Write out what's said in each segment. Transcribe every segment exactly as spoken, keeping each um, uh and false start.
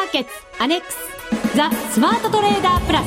ーケッツアネックスザ・スマートトレーダープラス。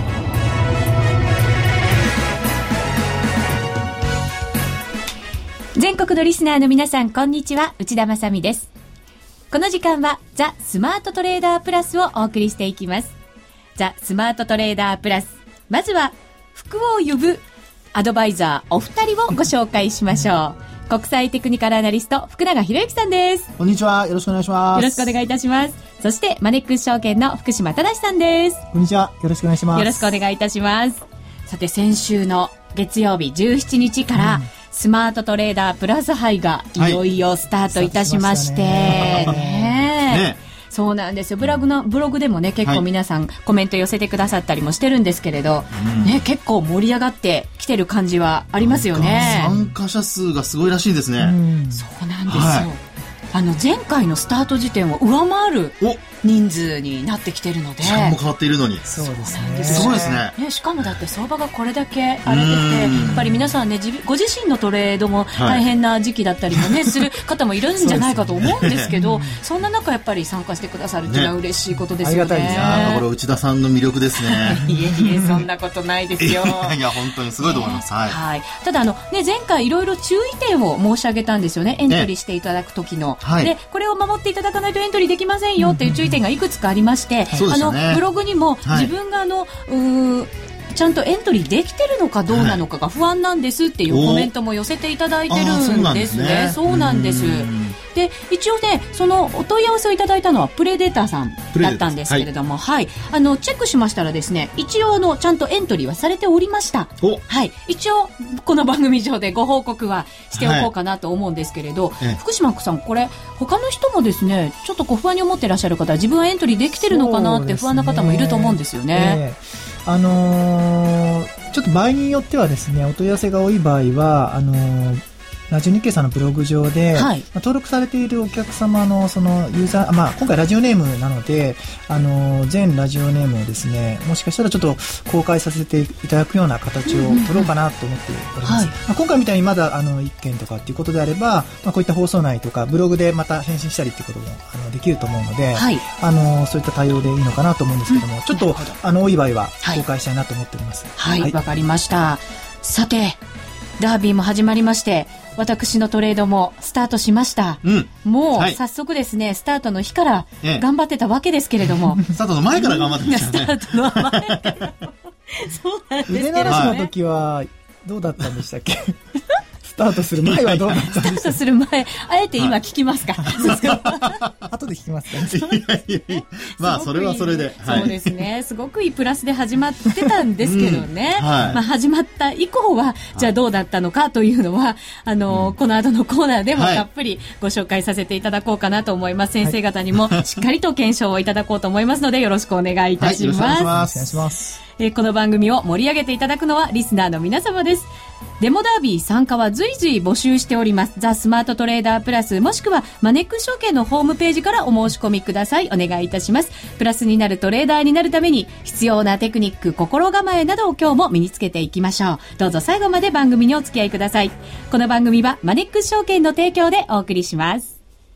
全国のリスナーの皆さん、こんにちは、内田まさみです。この時間はザ・スマートトレーダープラスをお送りしていきます。ザ・スマートトレーダープラス、まずは福を呼ぶアドバイザーお二人をご紹介しましょう。国際テクニカルアナリスト福永博之さんです。 こんにちは、よろしくお願いします。 よろしくお願いいたします。そしてマネックス証券の福島正さんです。 こんにちは、よろしくお願いします。 よろしくお願いいたします。さて、先週の月曜日じゅうしちにちから、うん、スマートトレーダープラス杯がいよいよスタートいたしまして、はい、ねえ、ねえ、そうなんですよ。ブログのブログでもね、結構皆さんコメント寄せてくださったりもしてるんですけれど、うん、ね、結構盛り上がってきてる感じはありますよね。 参加者数がすごいらしいですね。 うん、そうなんですよ、はい、あの前回のスタート時点を上回る人数になってきてるので、 時間も変わっているのに、 そうですね、 すごいですね。 ね、しかもだって相場がこれだけ荒れてて、やっぱり皆さんね、自ご自身のトレードも大変な時期だったりもね、はい、する方もいるんじゃないかと思うんですけど、 そ, ね、そんな中やっぱり参加してくださるっていうのは嬉しいことですよね。 ね、ありがたいですね。これ内田さんの魅力ですね。 いえいえ、そんなことないですよ。 いや本当にすごいと思います。はい、 はい、ただあの、ね、前回いろいろ注意点を申し上げたんですよね。エントリーしていただく時の、はい、でこれを守っていただかないとエントリーできませんよっていう注意点がいくつかありまして、うん、あのブログにも自分があの、はい、うーちゃんとエントリーできてるのかどうなのかが不安なんですっていうコメントも寄せていただいてるんですね。そうなんです。で、一応ね、そのお問い合わせをいただいたのはプレデーターさんだったんですけれども、はい、はい、あのチェックしましたらですね、一応のちゃんとエントリーはされておりました。はい、一応この番組上でご報告はしておこうかなと思うんですけれど、はい、福島さん、これ他の人もですね、ちょっとこう不安に思っていらっしゃる方は、自分はエントリーできてるのかなって不安な方もいると思うんですよね。 あのー、ちょっと場合によってはですね、お問い合わせが多い場合は、あのー、ラジオ日経さんのブログ上で、はい、まあ、登録されているお客様のそのユーザー、まあ、今回ラジオネームなので、あのー、全ラジオネームをですね、もしかしたらちょっと公開させていただくような形を取ろうかなと思っております。はい、まあ、今回みたいにまだあのいっけんとかっていうことであれば、まあ、こういった放送内とかブログでまた返信したりっていうこともあのできると思うので、はい、あのー、そういった対応でいいのかなと思うんですけども、うん、ちょっとあの多い場合は公開したいなと思っております。 はい、はい、わかりました。さて、ダービーも始まりまして、私のトレードもスタートしました。うん、もう早速ですね、はい、スタートの日から頑張ってたわけですけれども、 ええ、スタートの前から頑張ってましたね。 スタートの前からそうなんですけどね。 腕鳴らしの時はどうだったんでしたっけ？スタートする前はどうだったんでしたっけ？ スタートする前、あえて今聞きますか？ はい、後で聞きますかね。 いやいやいや、まあそれはそれで、 はい、そうですね、すごくいいプラスで始まってたんですけどね、うん、はい、まあ、始まった以降はじゃあどうだったのかというのは、あの、うん、この後のコーナーでもたっぷりご紹介させていただこうかなと思います。はい、先生方にもしっかりと検証をいただこうと思いますので、よろしくお願いいたします。 はい、よろしくお願いします。 えー、この番組を盛り上げていただくのはリスナーの皆様です。デモダービー参加は随時募集しております。ザ・スマートトレーダープラス、もしくはマネックス証券のホームページからお申し込みください。お願いいたします。プラスになるトレーダーになるために必要なテクニック、心構えなどを今日も身につけていきましょう。どうぞ最後まで番組にお付き合いください。この番組はマネックス証券の提供でお送りします。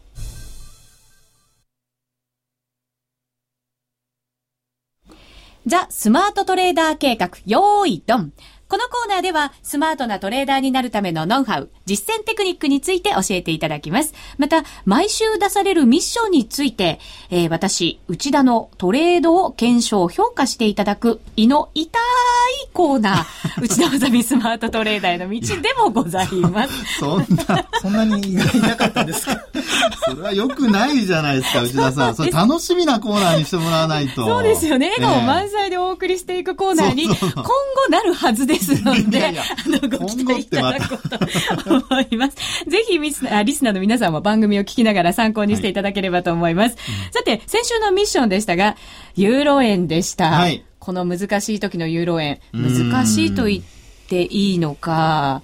ザ・スマートトレーダー計画、よーいドン。このコーナーではスマートなトレーダーになるためのノウハウ、実践テクニックについて教えていただきます。また、毎週出されるミッションについて、えー、私、内田のトレードを検証、評価していただく胃の痛いコーナー、内田まさみスマートトレーダーへの道でもございます。 そんな、 そんなにいなかったですか？ それは良くないじゃないですか、内田さん。それ楽しみなコーナーにしてもらわないと。 そうですよね。笑顔満載でお送りしていくコーナーに、今後なるはずです。ですので、いやいや、あの、ご期待いただこうと思います。ぜひミスあ、リスナーの皆さんも番組を聞きながら参考にしていただければと思います。はい、さて、先週のミッションでしたが、ユーロ円でした。はい、この難しい時のユーロ円、難しいと言っていいのか、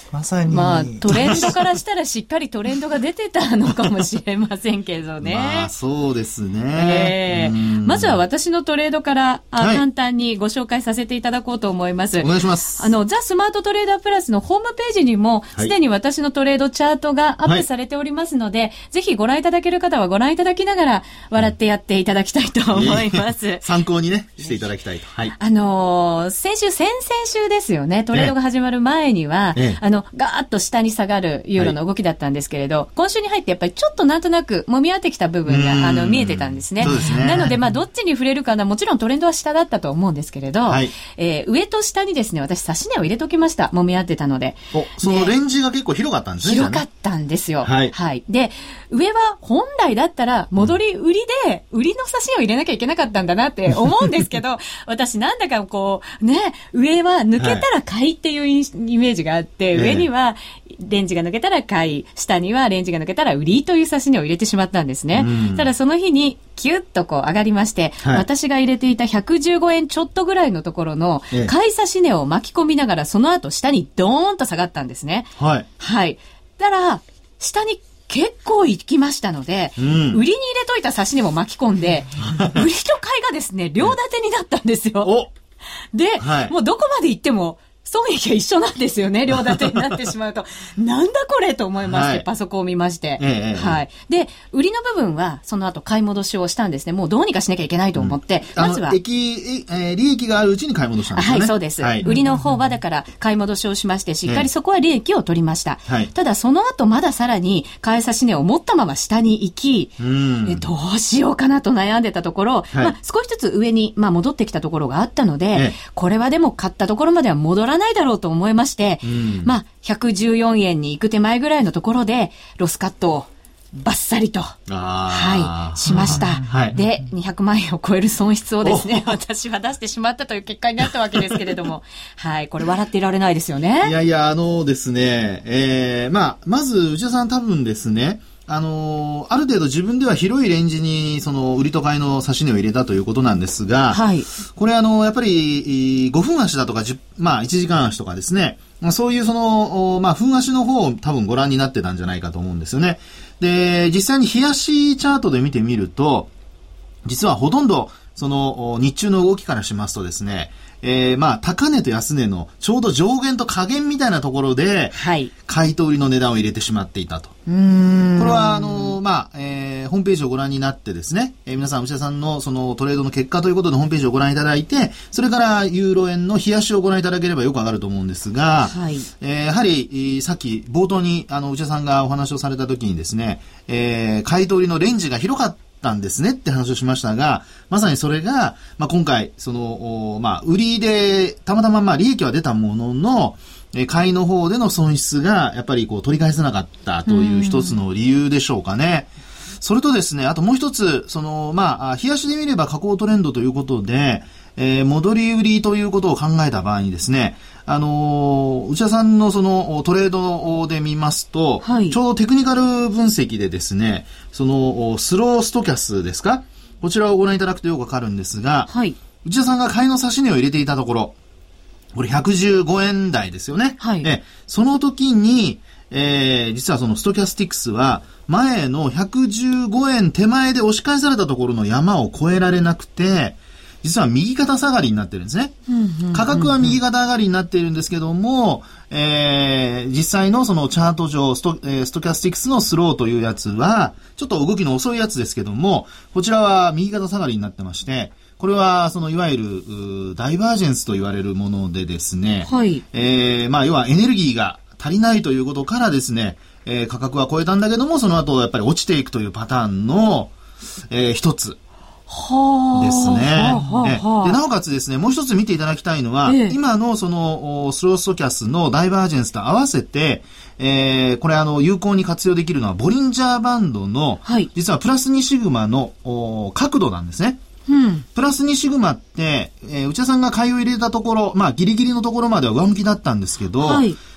まさに。 まあ、トレンドからしたらしっかりトレンドが出てたのかもしれませんけどね。 まあ、そうですね。 えー、まずは私のトレードから、あ、はい、簡単にご紹介させていただこうと思います。 お願いします。 あの、ザ・スマートトレーダープラスのホームページにも、すでに私のトレードチャートがアップされておりますので、はい、ぜひご覧いただける方はご覧いただきながら、笑ってやっていただきたいと思います。 えー、参考にね、していただきたいと。はい。 あのー、先週、先々週ですよね、トレードが始まる前には、えー、あの、ガーッと下に下がるユーロの動きだったんですけれど、はい、今週に入ってやっぱりちょっとなんとなく揉み合ってきた部分があの見えてたんですね。 そうですね。 なのでまあどっちに触れるかな、もちろんトレンドは下だったと思うんですけれど、はい、えー、上と下にですね、私差し値を入れときました。揉み合ってたので。 お、そのレンジが結構広かったんですね。 広かったんですよ。はい。はい。で、上は本来だったら戻り売りで、売りの差し値を入れなきゃいけなかったんだなって思うんですけど、私なんだかこう、ね、上は抜けたら買いっていうイメージがあって、はい、上にはレンジが抜けたら買い、下にはレンジが抜けたら売りという差し値を入れてしまったんですね。ただその日にキュッとこう上がりまして、はい、私が入れていたひゃくじゅうごえんちょっとぐらいのところの買い差し値を巻き込みながら、その後下にドーンと下がったんですね。 はい。 はい。だから、下に結構行きましたので、うん、売りに入れといた差し値も巻き込んで、売りと買いがですね、両立てになったんですよ。 おで、 はい、 もうどこまで行っても、損益が一緒なんですよね。両立てになってしまうと。なんだこれと思いまして、はい、パソコンを見まして、ええ。はい。で、売りの部分は、その後買い戻しをしたんですね。もうどうにかしなきゃいけないと思って、 うん、 まずは。 益、えー、利益があるうちに買い戻したんですね。 はい、そうです。はい、売りの方はだから買い戻しをしまして、しっかりそこは利益を取りました。はい、ただその後まださらに買い差し値を持ったまま下に行き、うん、どうしようかなと悩んでたところ、はい、まあ少しずつ上に、まあ、戻ってきたところがあったので、ええ、これはでも買ったところまでは戻らないだろうと思いまして、うん、まあ、ひゃくじゅうよんえんに行く手前ぐらいのところで、ロスカットをバッサリと、はい、しました。はい、で、にひゃくまんえんを超える損失をですね、私は出してしまったという結果になったわけですけれども、はい、これ笑っていられないですよね。 いやいや、あのですね、えー、まあ、まず、内田さん多分ですね、あのー、ある程度自分では広いレンジに、その、売りと買いの差し値を入れたということなんですが、はい。これあのー、やっぱり、ごふん足だとか、まあ、いちじかん足とかですね、そういうその、まあ、分足の方を多分ご覧になってたんじゃないかと思うんですよね。で、実際に日足チャートで見てみると、実はほとんど、その、日中の動きからしますとですね、えー、まあ、高値と安値のちょうど上限と下限みたいなところで、はい。買いと売りの値段を入れてしまっていたと。うーん。これは、あの、まあ、えー、ホームページをご覧になってですね、えー、皆さん、内田さんのそのトレードの結果ということでホームページをご覧いただいて、それからユーロ円の日足をご覧いただければよくわかると思うんですが、はい。えー、やはり、さっき冒頭に、あの、内田さんがお話をされた時にですね、えー、買いと売りのレンジが広かった、たんですねって話をしましたが、まさにそれが、まあ、今回、その、まあ、売りで、たまたままあ、利益は出たものの、え買いの方での損失が、やっぱりこう、取り返せなかったという一つの理由でしょうかね。それとですね、あともう一つ、その、まあ、日足で見れば下降トレンドということで、えー、戻り売りということを考えた場合にですね、あのー、内田さんのそのトレードで見ますと、はい、ちょうどテクニカル分析でですね、そのスローストキャスですか、こちらをご覧いただくとよくわかるんですが、はい、内田さんが買いの差し値を入れていたところ、これひゃくじゅうごえん台ですよね。はい、えその時に、えー、実はそのストキャスティクスは前のひゃくじゅうごえん手前で押し返されたところの山を越えられなくて、実は右肩下がりになってるんですね。価格は右肩上がりになっているんですけども、えー、実際のそのチャート上スト、えー、ストキャスティクスのスローというやつは、ちょっと動きの遅いやつですけども、こちらは右肩下がりになってまして、これはそのいわゆるダイバージェンスと言われるものでですね、はい、えー、まあ要はエネルギーが足りないということからですね、えー、価格は超えたんだけども、その後やっぱり落ちていくというパターンの、えー、一つ。はですね。ははでなおかつですね、もう一つ見ていただきたいのは、ええ、今のそのスローストキャスのダイバージェンスと合わせて、えー、これあの有効に活用できるのはボリンジャーバンドの、はい、実はプラスにシグマの角度なんですね。うん、プラスにシグマって、えー、内田さんが買いを入れたところ、まあギリギリのところまでは上向きだったんですけど、はい、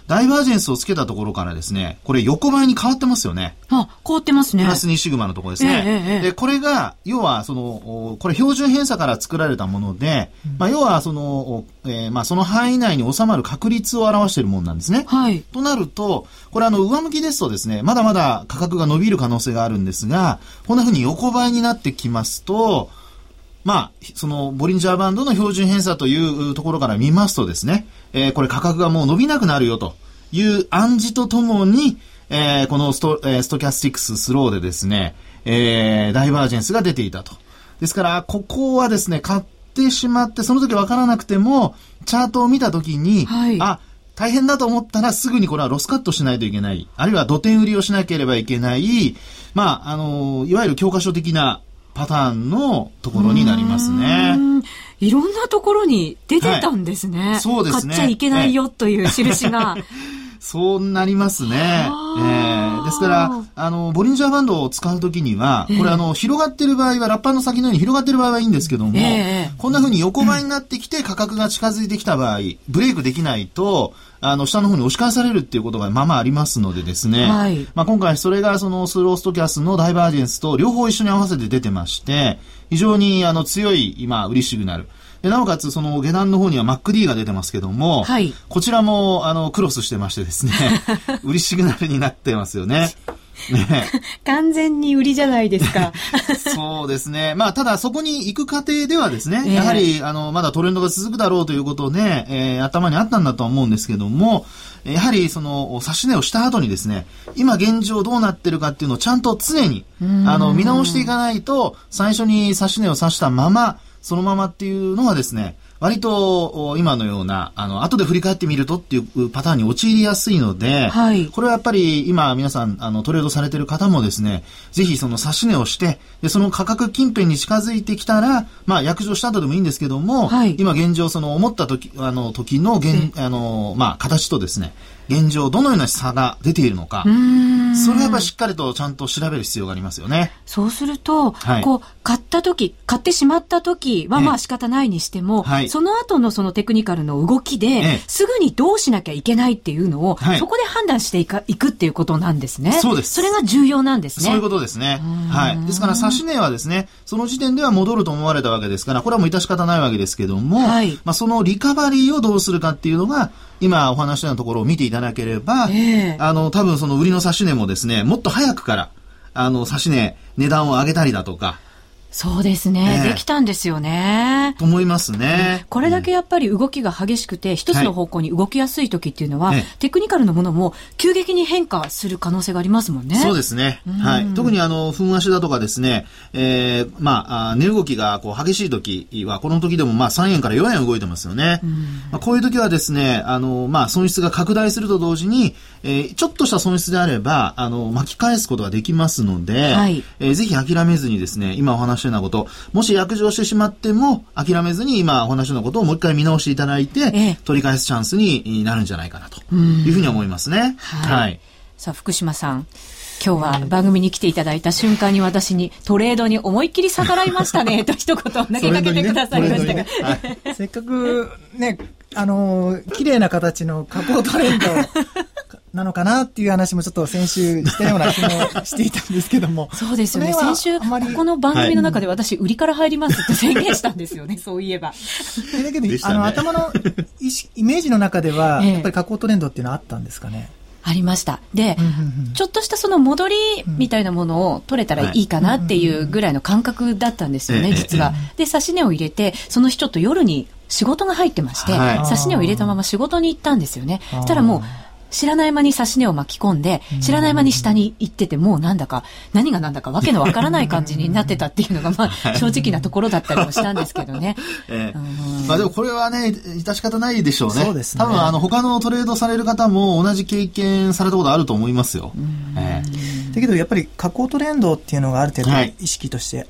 ダイバージェンスをつけたところからですね、これ横ばいに変わってますよね。 あ、変わってますね。 プラスにシグマのところですね。えーえー、で、これが、要は、その、これ標準偏差から作られたもので、うん、まあ、要は、その、えー、まあ、その範囲内に収まる確率を表しているものなんですね。 はい。 となると、これあの、上向きですとですね、まだまだ価格が伸びる可能性があるんですが、こんな風に横ばいになってきますと、まあ、その、ボリンジャーバンドの標準偏差というところから見ますとですね、えー、これ価格がもう伸びなくなるよという暗示とともに、えー、このスト、えー、ストキャスティックススローでですね、えー、ダイバージェンスが出ていたと。ですから、ここはですね、買ってしまって、その時わからなくても、チャートを見た時に、はい、あ、大変だと思ったらすぐにこれはロスカットしないといけない。あるいは土点売りをしなければいけない。まあ、あの、いわゆる教科書的なパターンのところになりますね。 いろんなところに出てたんですね。 はい、そうですね。 買っちゃいけないよという印が。 そうなりますね。えー、ですから、あの、ボリンジャーバンドを使うときには、これあの、広がってる場合は、ラッパーの先のように広がってる場合はいいんですけども、えー、こんな風に横ばいになってきて価格が近づいてきた場合、ブレイクできないと、あの、下の方に押し返されるっていうことがまあまあありますのでですね。はい。まあ今回それがそのスローストキャスのダイバージェンスと両方一緒に合わせて出てまして、非常にあの強い今、売りシグナル。で、なおかつ、その下段の方には マックディー が出てますけども、はい、こちらも、あの、クロスしてましてですね、売りシグナルになってますよね。ね、 完全に売りじゃないですか。 そうですね。まあ、ただそこに行く過程ではですね、えー、やはり、あの、まだトレンドが続くだろうということで、えー、頭にあったんだとは思うんですけども、やはり、その、指し値をした後にですね、今現状どうなってるかっていうのをちゃんと常に、あの、見直していかないと、最初に指し値を指したまま、そのままっていうのはですね、割と今のような、あの、後で振り返ってみるとっていうパターンに陥りやすいので、はい、これはやっぱり今皆さん、あの、トレードされてる方もですね、ぜひその指し値をして、で、その価格近辺に近づいてきたら、まあ、約定した後でもいいんですけども、はい、今現状その思った時、あの、時の現、あの、まあ、形とですね、現状どのような差が出ているのか、それはやっぱりしっかりとちゃんと調べる必要がありますよね。 そうすると、はい、こう、買った時、買ってしまった時はまあ仕方ないにしても、はい、その後のそのテクニカルの動きで、ええ、すぐにどうしなきゃいけないっていうのを、はい、そこで判断していか、いくっていうことなんですね。 そうです。 それが重要なんですね。 そういうことですね。はい。ですから、指し値はですね、その時点では戻ると思われたわけですから、これはもう致し方ないわけですけども、はい、まあそのリカバリーをどうするかっていうのが、今お話したようなところを見ていただければ、えー、あの、多分その売りの指し値もですね、もっと早くから、あの、指し値、値段を上げたりだとか、 そうですね、えー、できたんですよね。 と思いますね。 これだけやっぱり動きが激しくて、うん、一つの方向に動きやすい時っていうのは、はい、テクニカルのものも急激に変化する可能性がありますもんね。 そうですね。はい。特にあの、分足だとかですね、えー、まあ、値動きがこう激しい時は、この時でもまあさんえんからよえん動いてますよね。まあ、こういう時はですね、あの、まあ、損失が拡大すると同時に、えー、ちょっとした損失であれば、あの、巻き返すことができますので、はい、えー、ぜひ諦めずにですね、今お話したようなこと、もし約定してしまっても諦めずに今お話のことをもう一回見直していただいて、ええ、取り返すチャンスになるんじゃないかなというふうに思いますね。はい、はい。 さあ福島さん、今日は番組に来ていただいた瞬間に私にトレードに思いっきり逆らいましたねと一言投げかけてくださいましたが、ねはい、 せっかくね、あの綺麗な形の下降トレンドなのかなっていう話もちょっと先週したような気もしていたんですけども。 そうですよね。先週、ここの番組の中で私、売りから入りますって宣言したんですよね、そういえば。 だけど、ね、あの、頭のイメージの中では、やっぱり下降トレンドっていうのはあったんですかね。 ありました。で、うんうんうん、ちょっとしたその戻りみたいなものを取れたらいいかなっていうぐらいの感覚だったんですよね、実は。で、指し値を入れて、その日ちょっと夜に仕事が入ってまして、はい、指し値を入れたまま仕事に行ったんですよね。そしたらもう、知らない間に指し値を巻き込んで、知らない間に下に行ってて、もうなんだか、何がなんだかわけのわからない感じになってたっていうのが、まあ、正直なところだったりもしたんですけどね。ええー、まあでもこれはね、致し方ないでしょうね。そうですね。多分あの、他のトレードされる方も同じ経験されたことあると思いますよ。 えー、だけどやっぱり下降トレンドっていうのがある程度意識としてあって、はい、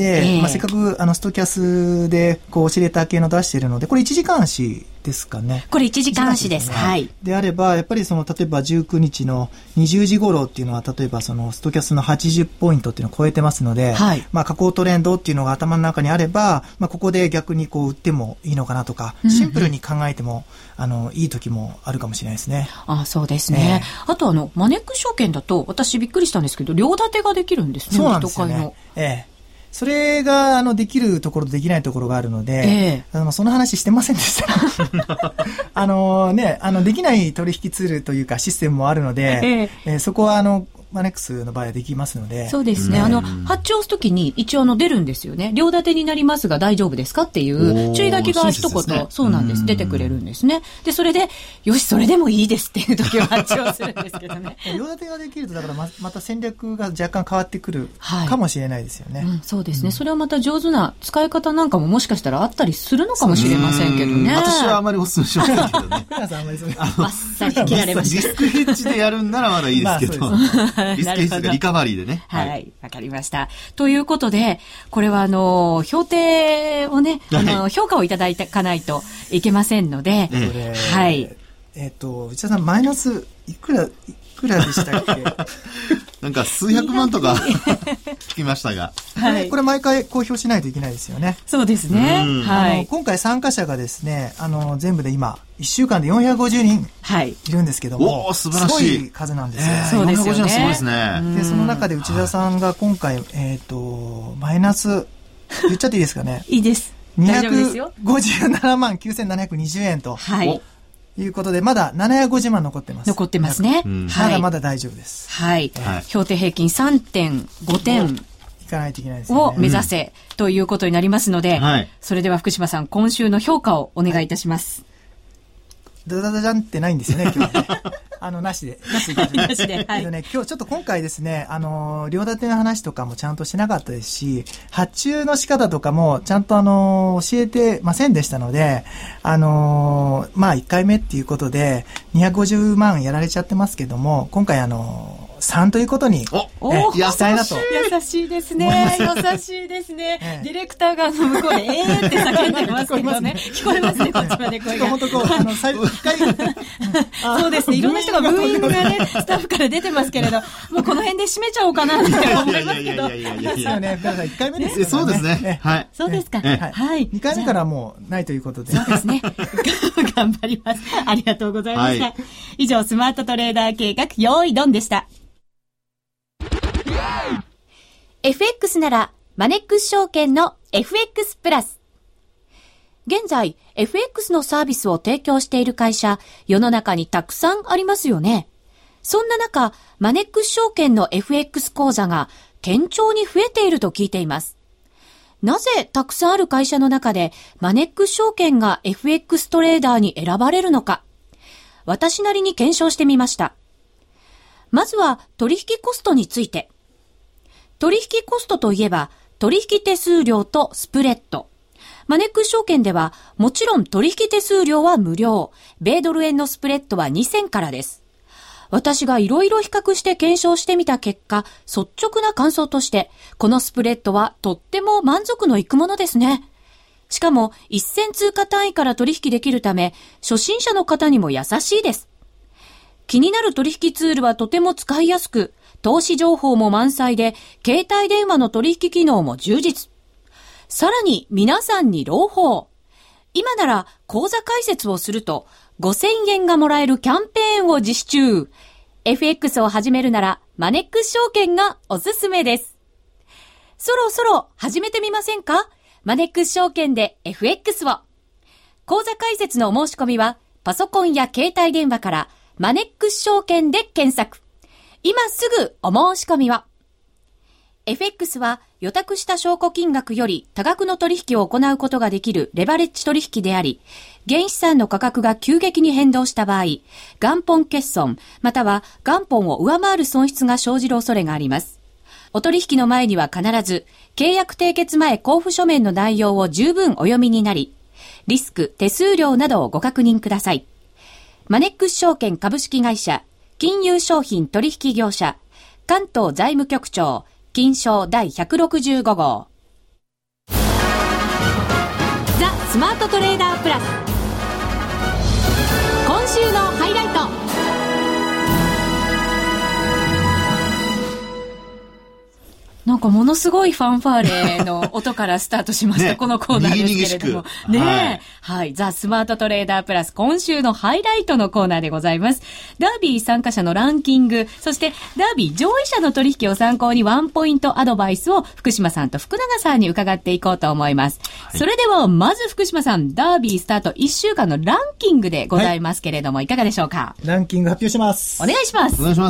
て、えーまあ、せっかくあのストキャスでこうオシレーター系の出しているので、これいちじかん足ですかね。 これいちじかん足です。ですね、はい。 であれば、やっぱりその、例えばじゅうくにちのにじゅうじ頃っていうのは、例えばそのストキャスのはちじゅうポイントっていうのを超えてますので、はい、まあ、下降トレンドっていうのが頭の中にあれば、まあ、ここで逆にこう売ってもいいのかなとか、シンプルに考えても、うんうん、あの、いい時もあるかもしれないですね。 あ、そうですね。えー、あとあの、マネックス証券だと、私びっくりしたんですけど、両立てができるんですね。 そうなんですよね。ええ。それが、あの、できるところとできないところがあるので、ええ、あのその話してませんでした。あのね、あの、できない取引ツールというかシステムもあるので、えええー、そこは、あの、マネックスの場合はできますので。 そうですね。あの、発注を押すときに一応の出るんですよね。両立てになりますが大丈夫ですかっていう注意書きが一言、ね、そうなんです。出てくれるんですね。で、それで、よし、それでもいいですっていう時は発注をするんですけどね。 両立てができると、だからま、また戦略が若干変わってくるかもしれないですよね。 はい、うん、そうですね、うん。それはまた上手な使い方なんかももしかしたらあったりするのかもしれませんけどね。 私はあまりお勧めしませんけどね。 福永さんあんまりそういう。 あっさり切られました。 リスクヘッジでやるんならまだいいですけど。まあ、リスクヘッジがリカバリーでね。 はい。わ、はい、かりました。ということで、これはあの、評定をね、あの、はい、評価をいただいてかないといけませんので、えー、はい。 えっ、ー、と、内田さん、マイナス、いくら、いくらでしたっけなんか数百万とか聞きましたが、 はい、これ毎回公表しないといけないですよね。 そうですね。はい。 今回参加者がですね、あの全部で今いっしゅうかんでよんひゃくごじゅうにんいるんですけども、 はい、お素晴らしい。 すごい数なんですよ。 えー、そうですよね。よんひゃくごじゅうにんすごいですね。 でその中で内田さんが今回、はい、えっ、ー、とマイナス言っちゃっていいですかね。 いいです。 にひゃくごじゅうななまんきゅうせんななひゃくにじゅうえんと。はい。いうことで、まだななひゃくごじゅうまん残ってます。 残ってますね。 うん、まだまだ大丈夫です。 はい。はい、評定平均 さんてんご 点。 いかないといけないですね。 を目指せ、うん、ということになりますので、はい、それでは福島さん、今週の評価をお願いいたします。 ダダダダンってないんですよね、今日はね。あの、なしで。 なしで。なしで。はい。 ね、今日ちょっと今回ですね、あの、両立ての話とかもちゃんとしなかったですし、発注の仕方とかもちゃんとあの、教えてませんでしたので、あの、まあ、いっかいめっていうことで、にひゃくごじゅうまんやられちゃってますけども、今回あの、さんということに、 おしたいなと。優しいですね。優しいですね。ええ、ディレクターが向こうで、えーって叫んでますけどね。聞こえますね、こっちまで声が。 本当こう、あの、最後、一回。 そうですね。いろんな人がブーイングがね、スタッフから出てますけれど、もうこの辺で締めちゃおうかなって思いますけど。 ですよね。だからいっかいめですよね。 そうですね。はい。 そうですか。はい。 にかいめからもうないということで。 そうですね。頑張ります。ありがとうございました。以上、スマートトレーダー計画、用意ドンでした。エフエックス なら、マネックス証券の エフエックス プラス。現在、エフエックス のサービスを提供している会社、世の中にたくさんありますよね。そんな中、マネックス証券の エフエックス 口座が堅調に増えていると聞いています。なぜたくさんある会社の中で、マネックス証券が エフエックス トレーダーに選ばれるのか、私なりに検証してみました。まずは、取引コストについて。取引コストといえば、取引手数料とスプレッド。マネックス証券では、もちろん取引手数料は無料。米ドル円のスプレッドはにせんからです。私がいろいろ比較して検証してみた結果、率直な感想として、このスプレッドはとっても満足のいくものですね。しかも、一銭通貨単位から取引できるため、初心者の方にも優しいです。気になる取引ツールはとても使いやすく、投資情報も満載で、携帯電話の取引機能も充実。さらに皆さんに朗報。今なら口座開設をするとごせんえんがもらえるキャンペーンを実施中。エフエックス を始めるならマネックス証券がおすすめです。そろそろ始めてみませんか？マネックス証券で エフエックス を。口座開設のお申し込みはパソコンや携帯電話からマネックス証券で検索。今すぐお申し込みを。エフエックス は予託した証拠金額より多額の取引を行うことができるレバレッジ取引であり、現資産の価格が急激に変動した場合、元本欠損または元本を上回る損失が生じる恐れがあります。お取引の前には必ず契約締結前交付書面の内容を十分お読みになり、リスク、手数料などをご確認ください。マネックス証券株式会社金融商品取引業者関東財務局長金商第ひゃくろくじゅうご号。 スマートトレーダープラス、今週のハイライト。なんかものすごいファンファーレの音からスタートしました、ね、このコーナーですけれども。ねえ、はい。はい。ザ・スマートトレーダープラス、今週のハイライトのコーナーでございます。ダービー参加者のランキング、そしてダービー上位者の取引を参考にワンポイントアドバイスを福島さんと福永さんに伺っていこうと思います。はい、それでは、まず福島さん、ダービースタートいっしゅうかんのランキングでございますけれども、はい、いかがでしょうか？ ランキング発表します。 お願いします。 お願いします。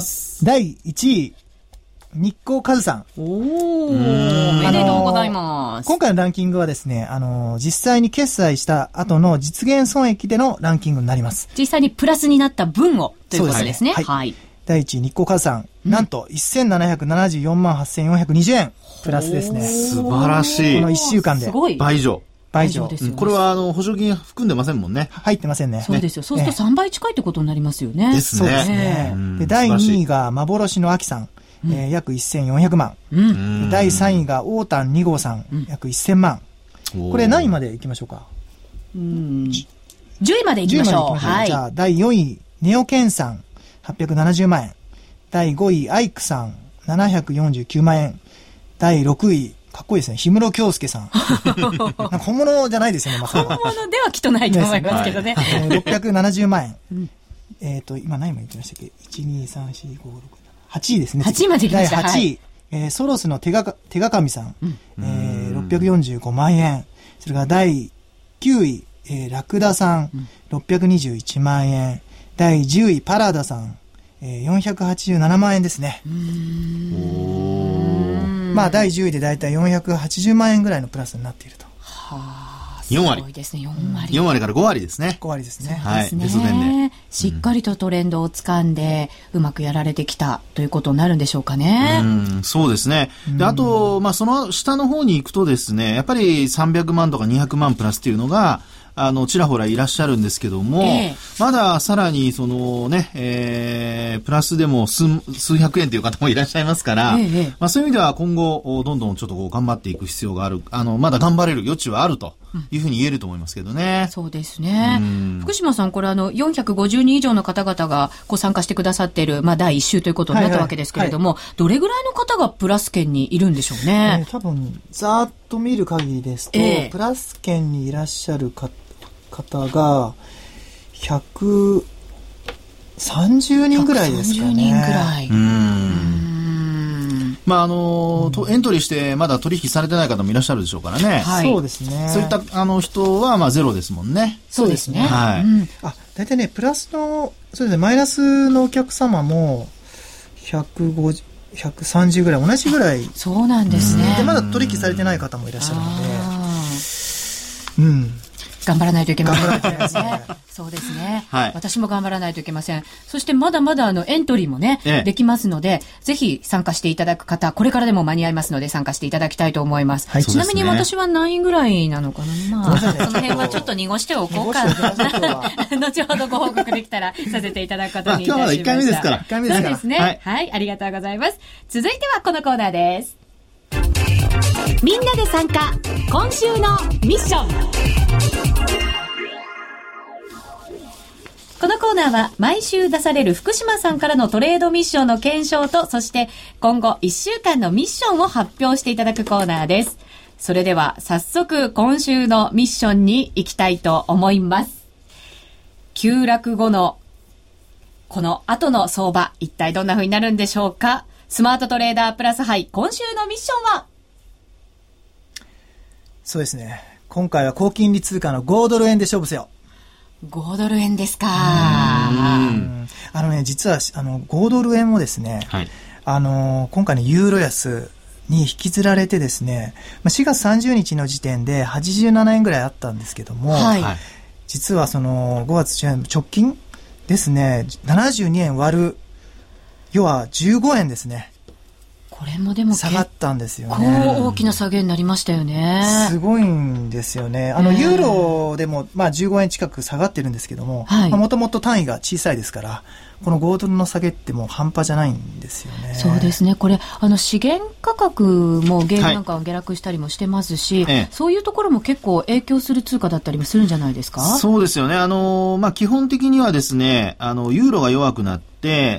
だいいちい。日光和さん。 おー、おめでとうございます。 今回のランキングはですね、あのー、実際に決済した後の実現損益でのランキングになります。 実際にプラスになった分をということですね。はい。はい、 だいいちい日光和さん、うん、なんとせんななひゃくななじゅうよんまんはっせんよんひゃくにじゅうえんプラスですね。 素晴らしい。 このいっしゅうかんで。 すごい。 倍以上。 倍以上ですよね。 これはあの保証金含んでませんもんね。 入ってませんね。 そうですよ。そうするとさんばい近いってことになりますよね。 ですね。 そうですね。で、だいにいが幻の秋さん。うんえー、約せんよんひゃくまん、うん、だいさんいが大丹に号さん、うん、約せんまん。これ何位まで行きましょうか？ うん、じゅういまで行きましょう。はい。 じゃあだいよんいネオケンさんはっぴゃくななじゅうまんえん、だいごいアイクさんななひゃくよんじゅうきゅうまんえん、だいろくいかっこいいですね、氷室京介さんなんか本物じゃないですよね、まさか。 本物ではきっとないと思いますけどね。 はい、ろっぴゃくななじゅうまんえん、うん、えっと今何枚行きましたっけ？いち、に、さん、よん、ご、ろくはちいですね。 はちいまで来ました。 だいはちい、はいえー、ソロスの手がか、手がかみさん、うんえー、ろっぴゃくよんじゅうごまんえん。それからだいきゅうい、えー、ラクダさん、うん、ろっぴゃくにじゅういちまんえん。だいじゅうい、パラダさん、えー、よんひゃくはちじゅうななまんえんですね。うーんまあ、だいじゅういでだいたいよんひゃくはちじゅうまんえんぐらいのプラスになっていると。 はあ。 よんわり。 すごいですね、よんわり。 よんわりからごわりですね。 ごわりですね。 はい。ベストテンで。 しっかりとトレンドを掴んで、うまくやられてきたということになるんでしょうかね。 うん、そうですね。で、あと、まあ、その下の方に行くとですね、やっぱりさんびゃくまんとかにひゃくまんプラスっていうのが、あの、ちらほらいらっしゃるんですけども、えー、まださらに、そのね、えー、プラスでも数、数百円という方もいらっしゃいますから、えー、まあそういう意味では今後、どんどんちょっとこう頑張っていく必要がある、あの、まだ頑張れる余地はあるというふうに言えると思いますけどね。 うん、そうですね。福島さん、これあの、よんひゃくごじゅうにん以上の方々がこう参加してくださっている、まあだいいっ週ということになったわけですけれども、はいはいはい、どれぐらいの方がプラス圏にいるんでしょうね。 えー、多分、ざーっと見る限りですと、えー、プラス圏にいらっしゃる方、方がひゃくさんじゅうにんぐらいですかね。ひゃくさんじゅうにんぐらい。うーん。まああの、うん、エントリーしてまだ取引されてない方もいらっしゃるでしょうからね。 はい。そうですね。 そういったあの人はまあゼロですもんね。 そうですね。 はい。 うん、あ、大体ねプラスのそうですねマイナスのお客様もひゃくごじゅう、ひゃくさんじゅうぐらい同じぐらい。 そうなんですね。 でまだ取引されてない方もいらっしゃるので。うん。 頑張らないといけませんね。そうですね、はい。私も頑張らないといけません。そしてまだまだあのエントリーもね、ええ、できますので、ぜひ参加していただく方、これからでも間に合いますので参加していただきたいと思います。はい、ちなみに私は何位ぐらいなのかな。まあ、その辺はちょっと濁しておこうかな。後ほどご報告できたらさせていただくことにいたしました。今日はまだいっかいめですから。いっかいめですから。そうですね、はい。はい、ありがとうございます。続いてはこのコーナーです。みんなで参加、今週のミッション。このコーナーは毎週出される福島さんからのトレードミッションの検証と、そして今後いっしゅうかんのミッションを発表していただくコーナーです。それでは早速今週のミッションに行きたいと思います。急落後のこの後の相場、一体どんな風になるんでしょうか。スマートトレーダープラス杯、今週のミッションは？ そうですね。今回は高金利通貨のごドル円で勝負せよ。 ごドル円ですか。あのね、実はあのごドル円もですね、はい、あの今回のユーロ安に引きずられてですね、しがつさんじゅうにちの時点ではちじゅうななえんぐらいあったんですけども、はい、実はそのごがつじゅうに直近ですね、ななじゅうにえん割る、要はじゅうごえんですね。 ここれもでも下がったんですよね。 こう大きな下げになりましたよね。 すごいんですよね。あの、ユーロでも、まあ、じゅうごえん近く下がってるんですけども、はい、まあ、もともと単位が小さいですから、このごドルの下げってもう半端じゃないんですよね。 そうですね。これ、あの、資源価格も原油なんかは下落したりもしてますし、はい、そういうところも結構影響する通貨だったりもするんじゃないですか？ そうですよね。あの、まあ、基本的にはですね、あの、ユーロが弱くなって、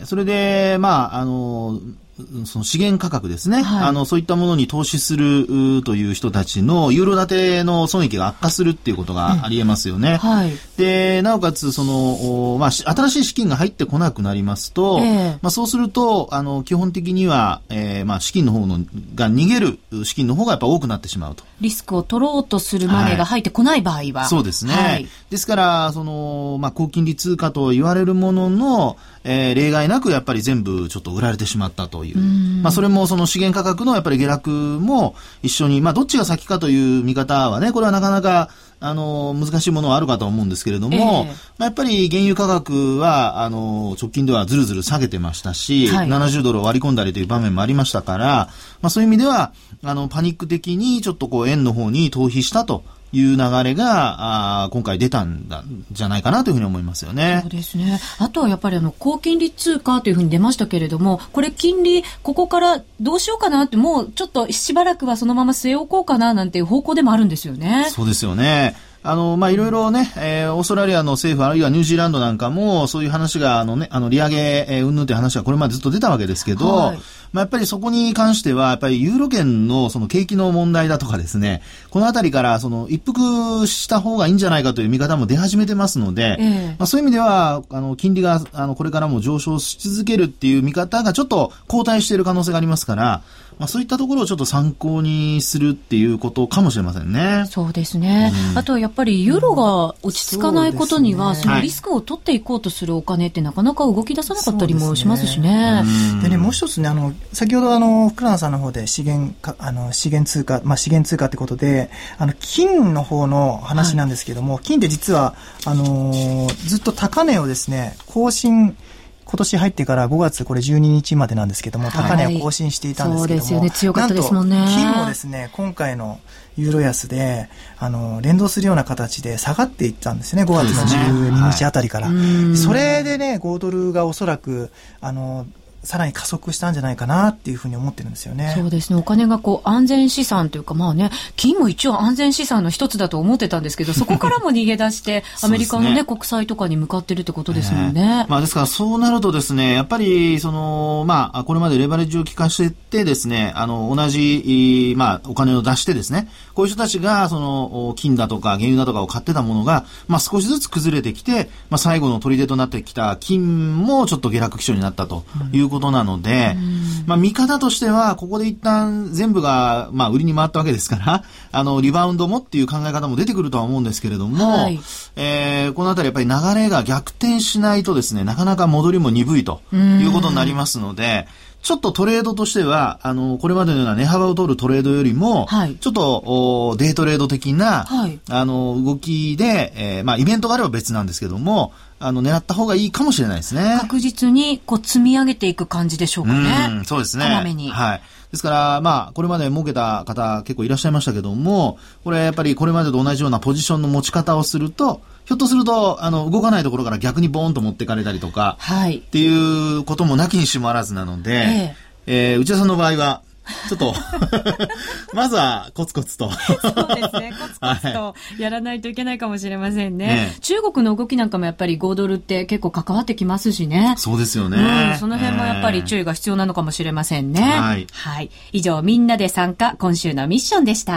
それで、まあ、あの、その資源価格ですね、はい、あのそういったものに投資するという人たちのユーロ建ての損益が悪化するっていうことがありえますよね、うん、はい、でなおかつその、まあ、新しい資金が入ってこなくなりますと、えーまあ、そうするとあの基本的には、えーまあ、資金の方のが逃げる資金の方がやっぱ多くなってしまうと。 リスクを取ろうとするマネーが入ってこない場合は、はい、 そうですね、はい、ですからその、まあ、高金利通貨と言われるものの、えー、例外なくやっぱり全部ちょっと売られてしまったという、まあ、それもその資源価格のやっぱり下落も一緒に、まあ、どっちが先かという見方はね、これはなかなかあの難しいものはあるかと思うんですけれども、えーまあ、やっぱり原油価格はあの直近ではずるずる下げてましたし、はい、ななじゅうドルを割り込んだりという場面もありましたから、まあ、そういう意味ではあのパニック的にちょっとこう円の方に逃避したという流れがあ今回出たんだじゃないかなというふうに思いますよね。 そうですね。あとはやっぱりあの高金利通貨というふうに出ましたけれども、これ金利ここからどうしようかなって、もうちょっとしばらくはそのまま据え置こうかななんていう方向でもあるんですよね。 そうですよね。あの、まあ、いろいろね、えー、オーストラリアの政府あるいはニュージーランドなんかもそういう話があのね、あの利上げ、えー、うんぬんという話がこれまでずっと出たわけですけど、はい、まあ、やっぱりそこに関してはやっぱりユーロ圏のその景気の問題だとかですね、このあたりからその一服した方がいいんじゃないかという見方も出始めてますので、えーまあ、そういう意味ではあの金利があのこれからも上昇し続けるっていう見方がちょっと後退している可能性がありますから、まあ、そういったところをちょっと参考にするっていうことかもしれませんね。 そうですね、うん、あとやっぱりユーロが落ち着かないことには、うん そ, ね、そのリスクを取っていこうとするお金ってなかなか動き出さなかったりもしますしね。 でね、もう一つね、あの先ほどあの福永さんの方で資源かあの資源通貨、まあ、資源通貨ってことであの金の方の話なんですけども、はい、金って実はあのー、ずっと高値をですね更新今年入ってからごがつこれじゅうににちまでなんですけども、高値を更新していたんですけども、はい、そうですよね、 強かったですもんね。 なんと金もですね、今回のユーロ安であの連動するような形で下がっていったんですね、ごがつのじゅうににちあたりから、はい、それでねごドルがおそらくあのさらに加速したんじゃないかなっていうふうに思ってるんですよね。 そうですね。お金がこう安全資産というか、まあね、金も一応安全資産の一つだと思ってたんですけど、そこからも逃げ出してアメリカのね、国債とかに向かってるってことですもんね。 えー、まあですからそうなるとですね、やっぱりそのまあこれまでレバレッジを効かせてですね、あの同じまあお金を出してですね、こういう人たちがその金だとか原油だとかを買ってたものがまあ少しずつ崩れてきて、まあ最後の砦となってきた金もちょっと下落基調になったということなので、うん、まあ見方としてはここで一旦全部がまあ売りに回ったわけですから、あのリバウンドもっていう考え方も出てくるとは思うんですけれども、はい、えー、このあたりやっぱり流れが逆転しないとですね、なかなか戻りも鈍いということになりますので、ちょっとトレードとしては、あの、これまでのような値幅を取るトレードよりも、はい、ちょっと、デイトレード的な、はい、あの、動きで、えー、まあ、イベントがあれば別なんですけども、あの、狙った方がいいかもしれないですね。 確実に、こう、積み上げていく感じでしょうかね。 うん、そうですね。 こまめに。 はい。ですから、まあ、これまで儲けた方結構いらっしゃいましたけども、これやっぱりこれまでと同じようなポジションの持ち方をすると、ひょっとすると、あの、動かないところから逆にボーンと持ってかれたりとか、はい。っていうこともなきにしもあらずなので、えええー、内田さんの場合は、ちょっと、まずはコツコツと。 そうですね。コツコツとやらないといけないかもしれませんね。ね、中国の動きなんかもやっぱりごドルって結構関わってきますしね。 そうですよね。 うん、その辺もやっぱり注意が必要なのかもしれませんね。はい。はい。以上、みんなで参加、今週のミッションでした。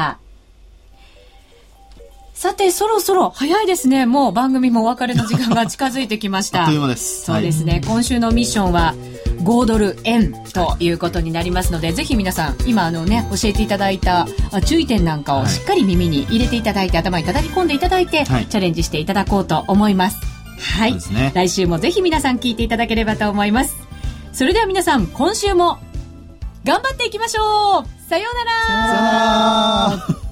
さて、そろそろ早いですね。もう番組もお別れの時間が近づいてきました。 あっという間です。 そうですね。はい、今週のミッションはごドル円ということになりますので、ぜひ皆さん、今あのね、教えていただいた注意点なんかをしっかり耳に入れていただいて、はい、頭に叩き込んでいただいて、はい、チャレンジしていただこうと思います。はい。そうですね。来週もぜひ皆さん聞いていただければと思います。それでは皆さん、今週も頑張っていきましょう。さようなら。 さようなら。